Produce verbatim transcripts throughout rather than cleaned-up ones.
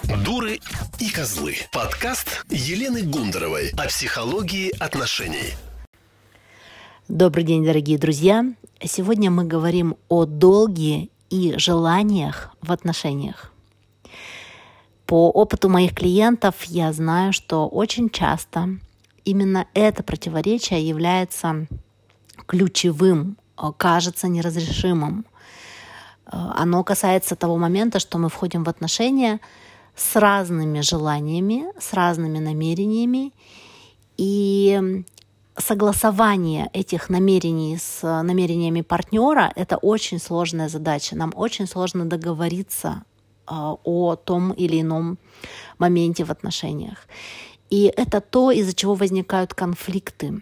Дуры и козлы. Подкаст Елены Гундаровой о психологии отношений. Добрый день, дорогие друзья. Сегодня мы говорим о долге и желаниях в отношениях. По опыту моих клиентов я знаю, что очень часто именно это противоречие является ключевым, кажется неразрешимым. Оно касается того момента, что мы входим в отношения с разными желаниями, с разными намерениями, и согласование этих намерений с намерениями партнера — это очень сложная задача. Нам очень сложно договориться о том или ином моменте в отношениях. И это то, из-за чего возникают конфликты,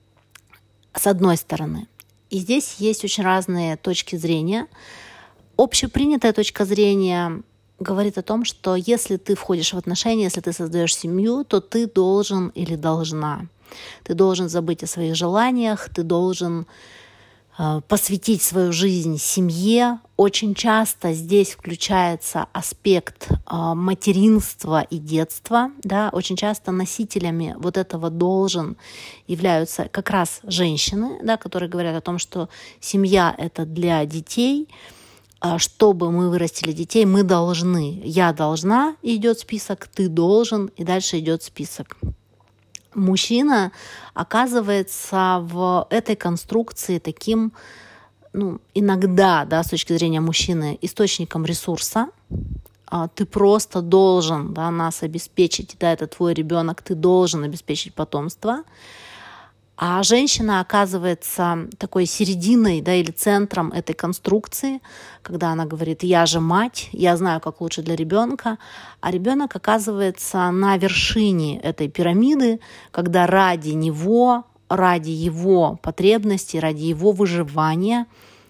с одной стороны. И здесь есть очень разные точки зрения. Общепринятая точка зрения говорит о том, что если ты входишь в отношения, если ты создаешь семью, то ты должен или должна. Ты должен забыть о своих желаниях, ты должен э, посвятить свою жизнь семье. Очень часто здесь включается аспект э, материнства и детства. Да? Очень часто носителями вот этого «должен» являются как раз женщины, да, которые говорят о том, что семья — это для детей. Чтобы мы вырастили детей, мы должны. Я должна, и идет список, ты должен, и дальше идет список. Мужчина оказывается в этой конструкции таким, ну, иногда, да, с точки зрения мужчины, источником ресурса. Ты просто должен, да, нас обеспечить, да, это твой ребенок, ты должен обеспечить потомство. А женщина оказывается такой серединой, да, или центром этой конструкции, когда она говорит: я же мать, я знаю, как лучше для ребенка, а ребенок оказывается на вершине этой пирамиды, когда ради него, ради его потребностей, ради его выживания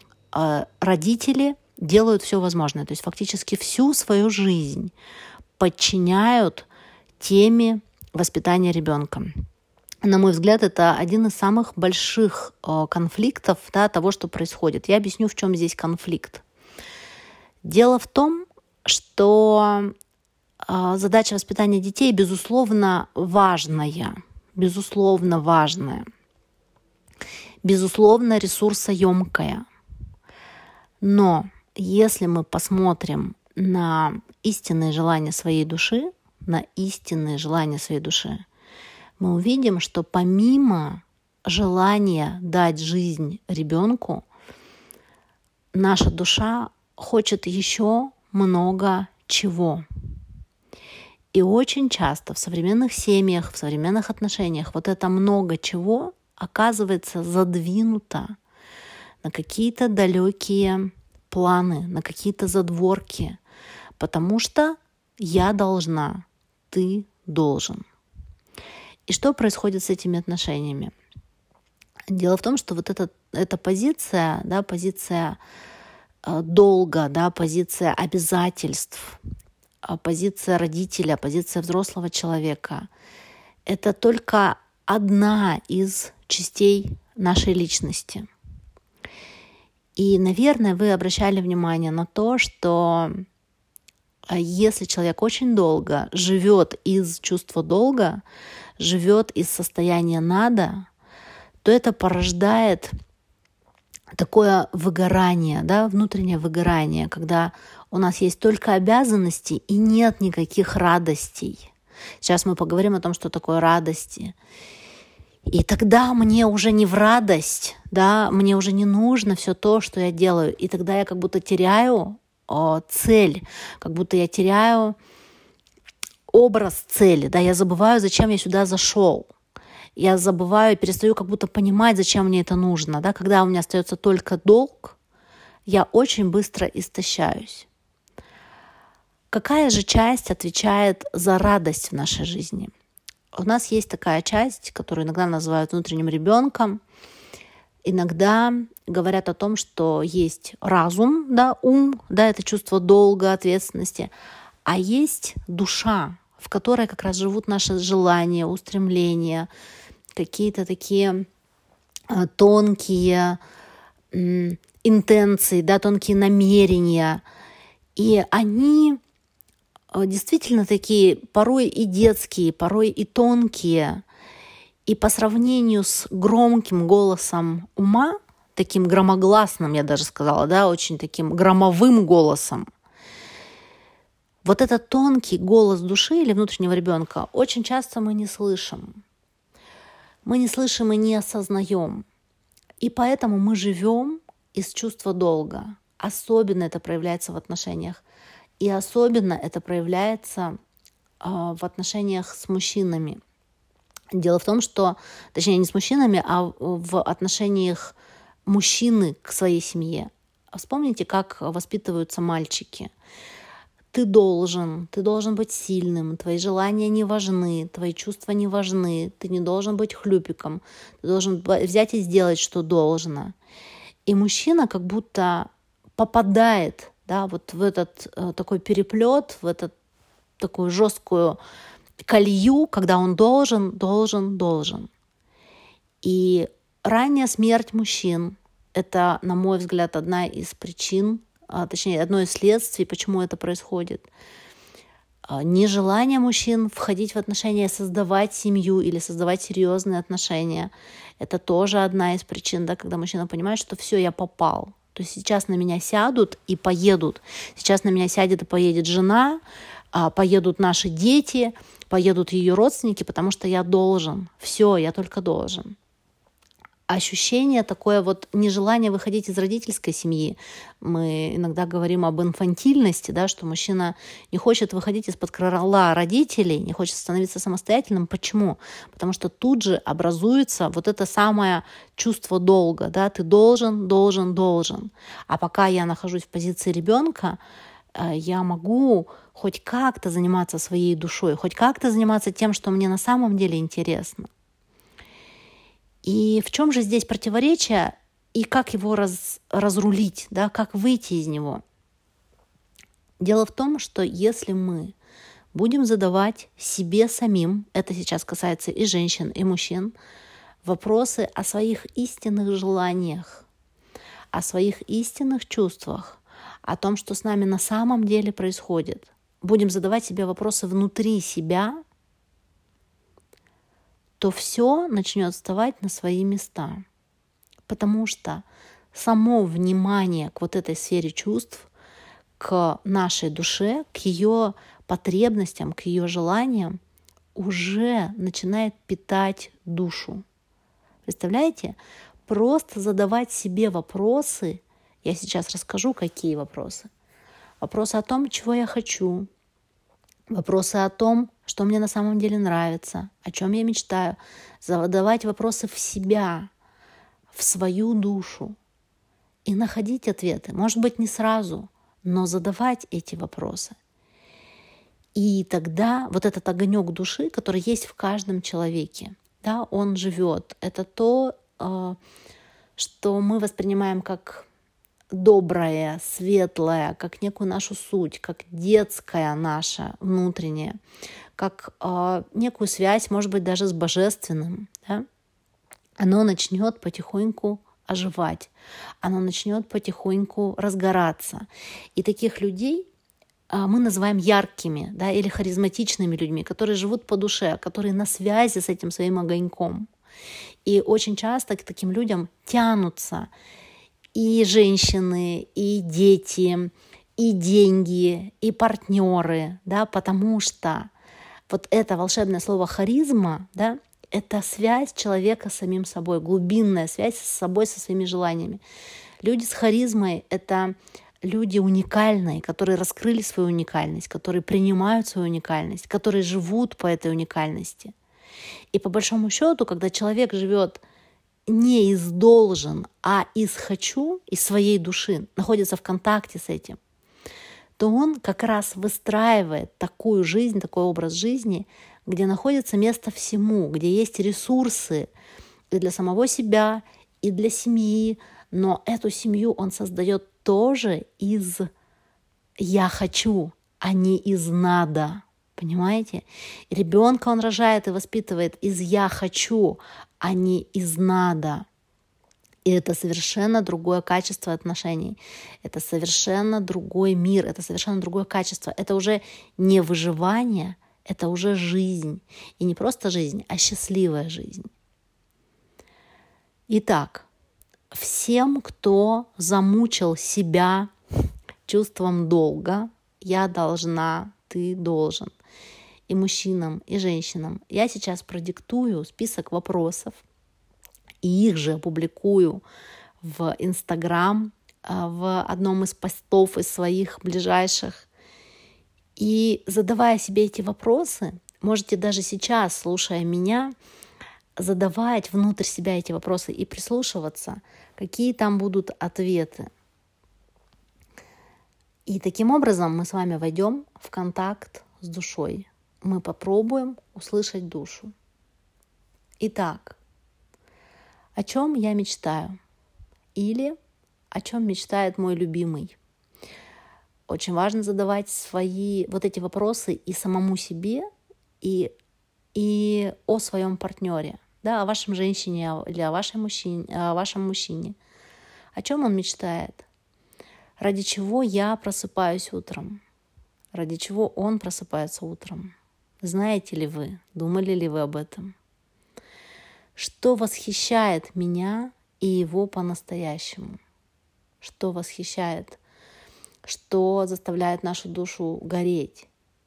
родители делают все возможное. То есть фактически всю свою жизнь подчиняют теме воспитания ребенка. На мой взгляд, это один из самых больших э, конфликтов, да, того, что происходит. Я объясню, в чем здесь конфликт. Дело в том, что э, задача воспитания детей, безусловно, важная, безусловно, важная, безусловно, ресурсоемкая. Но если мы посмотрим на истинные желания своей души, на истинные желания своей души, мы увидим, что помимо желания дать жизнь ребенку, наша душа хочет еще много чего. И очень часто в современных семьях, в современных отношениях вот это много чего оказывается задвинуто на какие-то далекие планы, на какие-то задворки, потому что я должна, ты должен. И что происходит с этими отношениями? Дело в том, что вот эта, эта позиция, да, позиция э, долга, да, позиция обязательств, э, позиция родителя, позиция взрослого человека — это только одна из частей нашей личности. И, наверное, вы обращали внимание на то, что если человек очень долго живет из чувства долга, живет из состояния «надо», то это порождает такое выгорание, да, внутреннее выгорание, когда у нас есть только обязанности и нет никаких радостей. Сейчас мы поговорим о том, что такое радости. И тогда мне уже не в радость, да, мне уже не нужно все то, что я делаю. И тогда я как будто теряю о, цель, как будто я теряю образ цели, да, я забываю, зачем я сюда зашел. Я забываю, перестаю как будто понимать, зачем мне это нужно. Да? Когда у меня остается только долг, я очень быстро истощаюсь. Какая же часть отвечает за радость в нашей жизни? У нас есть такая часть, которую иногда называют внутренним ребенком. Иногда говорят о том, что есть разум, да, ум, да, это чувство долга, ответственности, а есть душа, в которой как раз живут наши желания, устремления, какие-то такие тонкие интенции, да, тонкие намерения. И они действительно такие порой и детские, порой и тонкие. И по сравнению с громким голосом ума, таким громогласным, я даже сказала, да, очень таким громовым голосом, вот этот тонкий голос души или внутреннего ребенка очень часто мы не слышим. Мы не слышим и не осознаем. И поэтому мы живем из чувства долга. Особенно это проявляется в отношениях. И особенно это проявляется э, в отношениях с мужчинами. Дело в том, что, точнее, не с мужчинами, а в отношениях мужчины к своей семье. Вспомните, как воспитываются мальчики. Ты должен, ты должен быть сильным, твои желания не важны, твои чувства не важны, ты не должен быть хлюпиком, ты должен взять и сделать, что должно. И мужчина как будто попадает, да, вот в этот э, такой переплет, в эту такую жесткую колею, когда он должен, должен, должен. И ранняя смерть мужчин — это, на мой взгляд, одна из причин, а, точнее, одно из следствий, почему это происходит. Нежелание мужчин входить в отношения, создавать семью или создавать серьезные отношения — это тоже одна из причин, да, когда мужчина понимает, что все, я попал. То есть сейчас на меня сядут и поедут. Сейчас на меня сядет и поедет жена, поедут наши дети, поедут ее родственники, потому что я должен. Все, я только должен. Ощущение такое вот нежелание выходить из родительской семьи. Мы иногда говорим об инфантильности, да, что мужчина не хочет выходить из-под крыла родителей, не хочет становиться самостоятельным. Почему? Потому что тут же образуется вот это самое чувство долга. Да? Ты должен, должен, должен. А пока я нахожусь в позиции ребенка, я могу хоть как-то заниматься своей душой, хоть как-то заниматься тем, что мне на самом деле интересно. И в чем же здесь противоречие и как его раз, разрулить, да, как выйти из него? Дело в том, что если мы будем задавать себе самим, это сейчас касается и женщин, и мужчин, вопросы о своих истинных желаниях, о своих истинных чувствах, о том, что с нами на самом деле происходит, будем задавать себе вопросы внутри себя, то все начнет вставать на свои места. Потому что само внимание к вот этой сфере чувств, к нашей душе, к ее потребностям, к ее желаниям уже начинает питать душу. Представляете? Просто задавать себе вопросы. Я сейчас расскажу, какие вопросы. Вопросы о том, чего я хочу. Вопросы о том, что мне на самом деле нравится, о чем я мечтаю. Задавать вопросы в себя, в свою душу. И находить ответы. Может быть, не сразу, но задавать эти вопросы. И тогда вот этот огонек души, который есть в каждом человеке, да, он живет. Это то, что мы воспринимаем как доброе, светлое, как некую нашу суть, как детская наша внутренняя, как э, некую связь, может быть, даже с божественным, да? Оно начнет потихоньку оживать, оно начнет потихоньку разгораться. И таких людей э, мы называем яркими, да, или харизматичными людьми, которые живут по душе, которые на связи с этим своим огоньком. И очень часто к таким людям тянутся и женщины, и дети, и деньги, и партнеры, да, потому что вот это волшебное слово харизма, да, это связь человека с самим собой, глубинная связь с собой, со своими желаниями. Люди с харизмой — это люди уникальные, которые раскрыли свою уникальность, которые принимают свою уникальность, которые живут по этой уникальности. И по большому счету, когда человек живет не из должен, а из хочу, из своей души, находится в контакте с этим, то он как раз выстраивает такую жизнь, такой образ жизни, где находится место всему, где есть ресурсы и для самого себя, и для семьи, но эту семью он создает тоже из «я хочу», а не из «надо». Понимаете? И ребенка он рожает и воспитывает из «я хочу», а не из «надо». И это совершенно другое качество отношений. Это совершенно другой мир, это совершенно другое качество. Это уже не выживание, это уже жизнь. И не просто жизнь, а счастливая жизнь. Итак, всем, кто замучил себя чувством долга, я должна, ты должен, и мужчинам, и женщинам, я сейчас продиктую список вопросов, и их же опубликую в Инстаграм, в одном из постов из своих ближайших. И задавая себе эти вопросы, можете даже сейчас, слушая меня, задавать внутрь себя эти вопросы и прислушиваться, какие там будут ответы. И таким образом мы с вами войдем в контакт с душой. Мы попробуем услышать душу. Итак, о чем я мечтаю? Или о чем мечтает мой любимый? Очень важно задавать свои вот эти вопросы и самому себе, и, и о своем партнере, да, о вашем женщине или о вашем мужчине, о вашем мужчине. О чем он мечтает? Ради чего я просыпаюсь утром? Ради чего он просыпается утром? Знаете ли вы? Думали ли вы об этом? Что восхищает меня и его по-настоящему? Что восхищает? Что заставляет нашу душу гореть?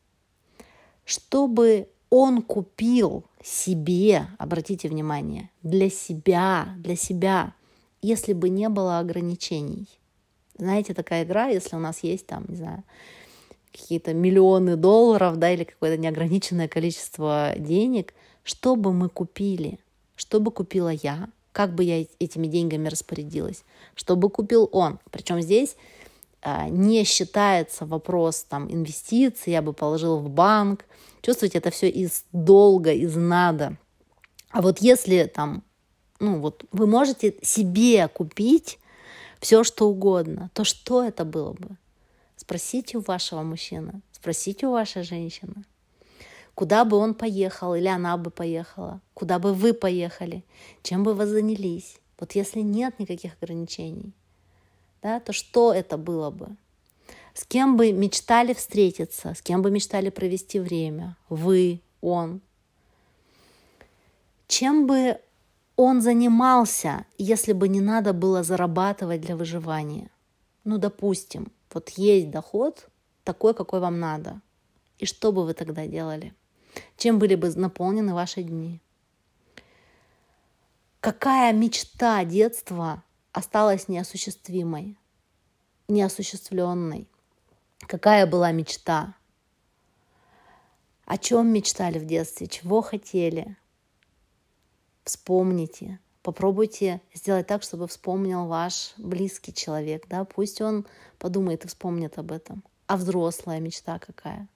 Чтобы он купил себе, обратите внимание, для себя, для себя, если бы не было ограничений. Знаете, такая игра, если у нас есть там, не знаю, какие-то миллионы долларов, да, или какое-то неограниченное количество денег, что бы мы купили? Что бы купила я? Как бы я этими деньгами распорядилась? Что бы купил он? Причем здесь а, не считается вопрос там, инвестиций, я бы положила в банк. Чувствуете, это все из долга, из надо. А вот если там, ну вот вы можете себе купить все, что угодно, то что это было бы? Спросите у вашего мужчины, спросите у вашей женщины. Куда бы он поехал или она бы поехала? Куда бы вы поехали? Чем бы вы занялись? Вот если нет никаких ограничений, да, то что это было бы? С кем бы мечтали встретиться? С кем бы мечтали провести время? Вы, он. Чем бы он занимался, если бы не надо было зарабатывать для выживания? Ну, допустим, вот есть доход такой, какой вам надо. И что бы вы тогда делали? Чем были бы наполнены ваши дни? Какая мечта детства осталась неосуществимой, неосуществленной? Какая была мечта? О чем мечтали в детстве? Чего хотели? Вспомните. Попробуйте сделать так, чтобы вспомнил ваш близкий человек. Да? Пусть он подумает и вспомнит об этом. А взрослая мечта какая?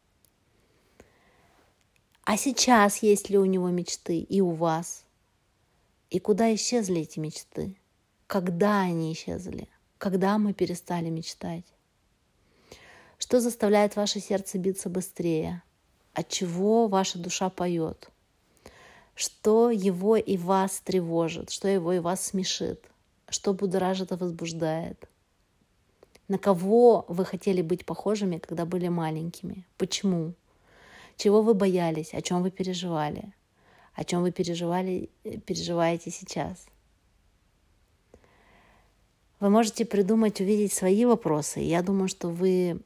А сейчас есть ли у него мечты и у вас? И куда исчезли эти мечты? Когда они исчезли? Когда мы перестали мечтать? Что заставляет ваше сердце биться быстрее? От чего ваша душа поет? Что его и вас тревожит? Что его и вас смешит? Что будоражит и возбуждает? На кого вы хотели быть похожими, когда были маленькими? Почему? Чего вы боялись? О чем вы переживали? О чем вы переживали, переживаете сейчас? Вы можете придумать, увидеть свои вопросы. Я думаю, что вы,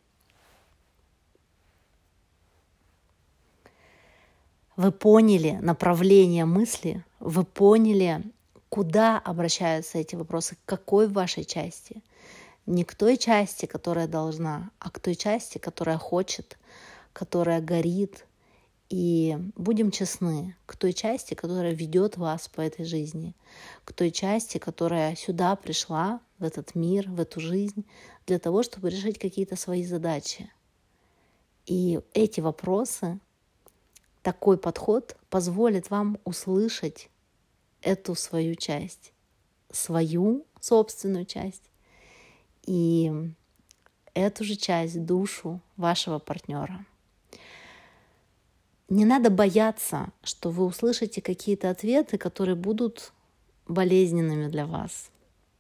вы поняли направление мысли, вы поняли, куда обращаются эти вопросы, к какой вашей части. Не к той части, которая должна, а к той части, которая хочет, которая горит. И будем честны, к той части, которая ведет вас по этой жизни, к той части, которая сюда пришла, в этот мир, в эту жизнь, для того, чтобы решить какие-то свои задачи. И эти вопросы, такой подход позволит вам услышать эту свою часть, свою собственную часть, и эту же часть, душу вашего партнера. Не надо бояться, что вы услышите какие-то ответы, которые будут болезненными для вас.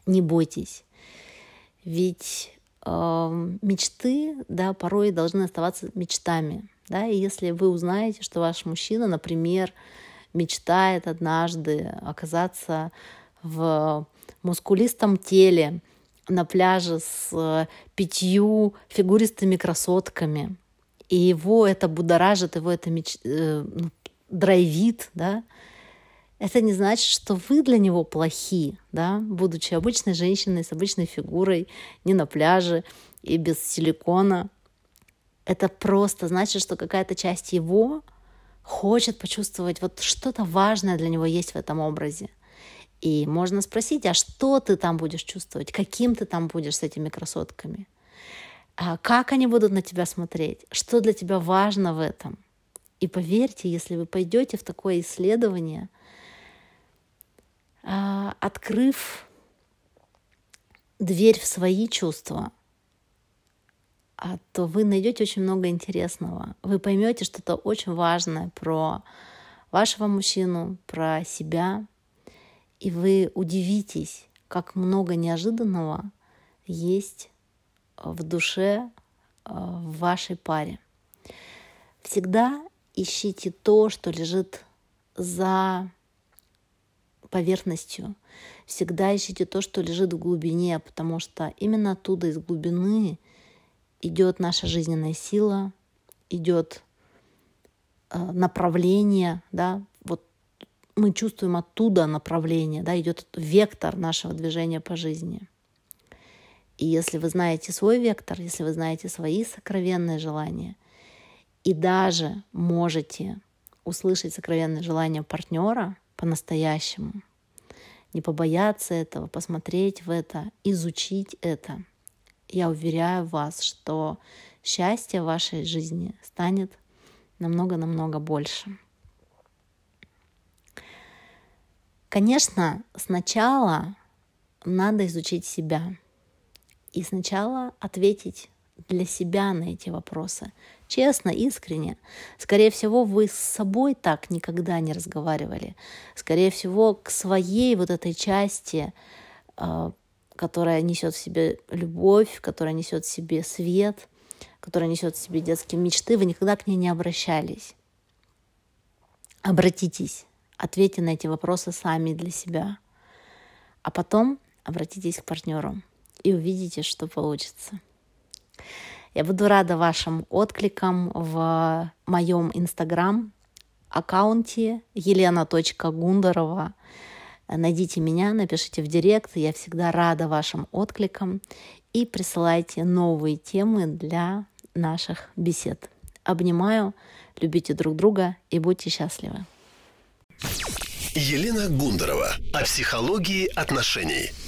Не бойтесь. Ведь э, мечты, да, порой должны оставаться мечтами. Да? И если вы узнаете, что ваш мужчина, например, мечтает однажды оказаться в мускулистом теле на пляже с пятью фигуристыми красотками, и его это будоражит, его это меч... э, драйвит, да, это не значит, что вы для него плохи, да, будучи обычной женщиной с обычной фигурой, не на пляже и без силикона. Это просто значит, что какая-то часть его хочет почувствовать, вот что-то важное для него есть в этом образе. И можно спросить, а что ты там будешь чувствовать, каким ты там будешь с этими красотками, а как они будут на тебя смотреть, что для тебя важно в этом. И поверьте, если вы пойдете в такое исследование, открыв дверь в свои чувства, то вы найдете очень много интересного. Вы поймете что-то очень важное про вашего мужчину, про себя, и вы удивитесь, как много неожиданного есть в душе в вашей паре. Всегда ищите то, что лежит за поверхностью. Всегда ищите то, что лежит в глубине, потому что именно оттуда, из глубины, идет наша жизненная сила, идет направление, да, вот мы чувствуем оттуда направление, да, идет вектор нашего движения по жизни. И если вы знаете свой вектор, если вы знаете свои сокровенные желания, и даже можете услышать сокровенные желания партнера по-настоящему, не побояться этого, посмотреть в это, изучить это, я уверяю вас, что счастье в вашей жизни станет намного-намного больше. Конечно, сначала надо изучить себя и сначала ответить для себя на эти вопросы. Честно, искренне. Скорее всего, вы с собой так никогда не разговаривали. Скорее всего, к своей вот этой части, которая несет в себе любовь, которая несет в себе свет, которая несет в себе детские мечты, вы никогда к ней не обращались. Обратитесь, ответьте на эти вопросы сами для себя, а потом обратитесь к партнеру и увидите, что получится. Я буду рада вашим откликам в моем инстаграм-аккаунте елена точка гундарова. Найдите меня, напишите в директ, я всегда рада вашим откликам, и присылайте новые темы для наших бесед. Обнимаю, любите друг друга и будьте счастливы. Елена Гундарова о психологии отношений.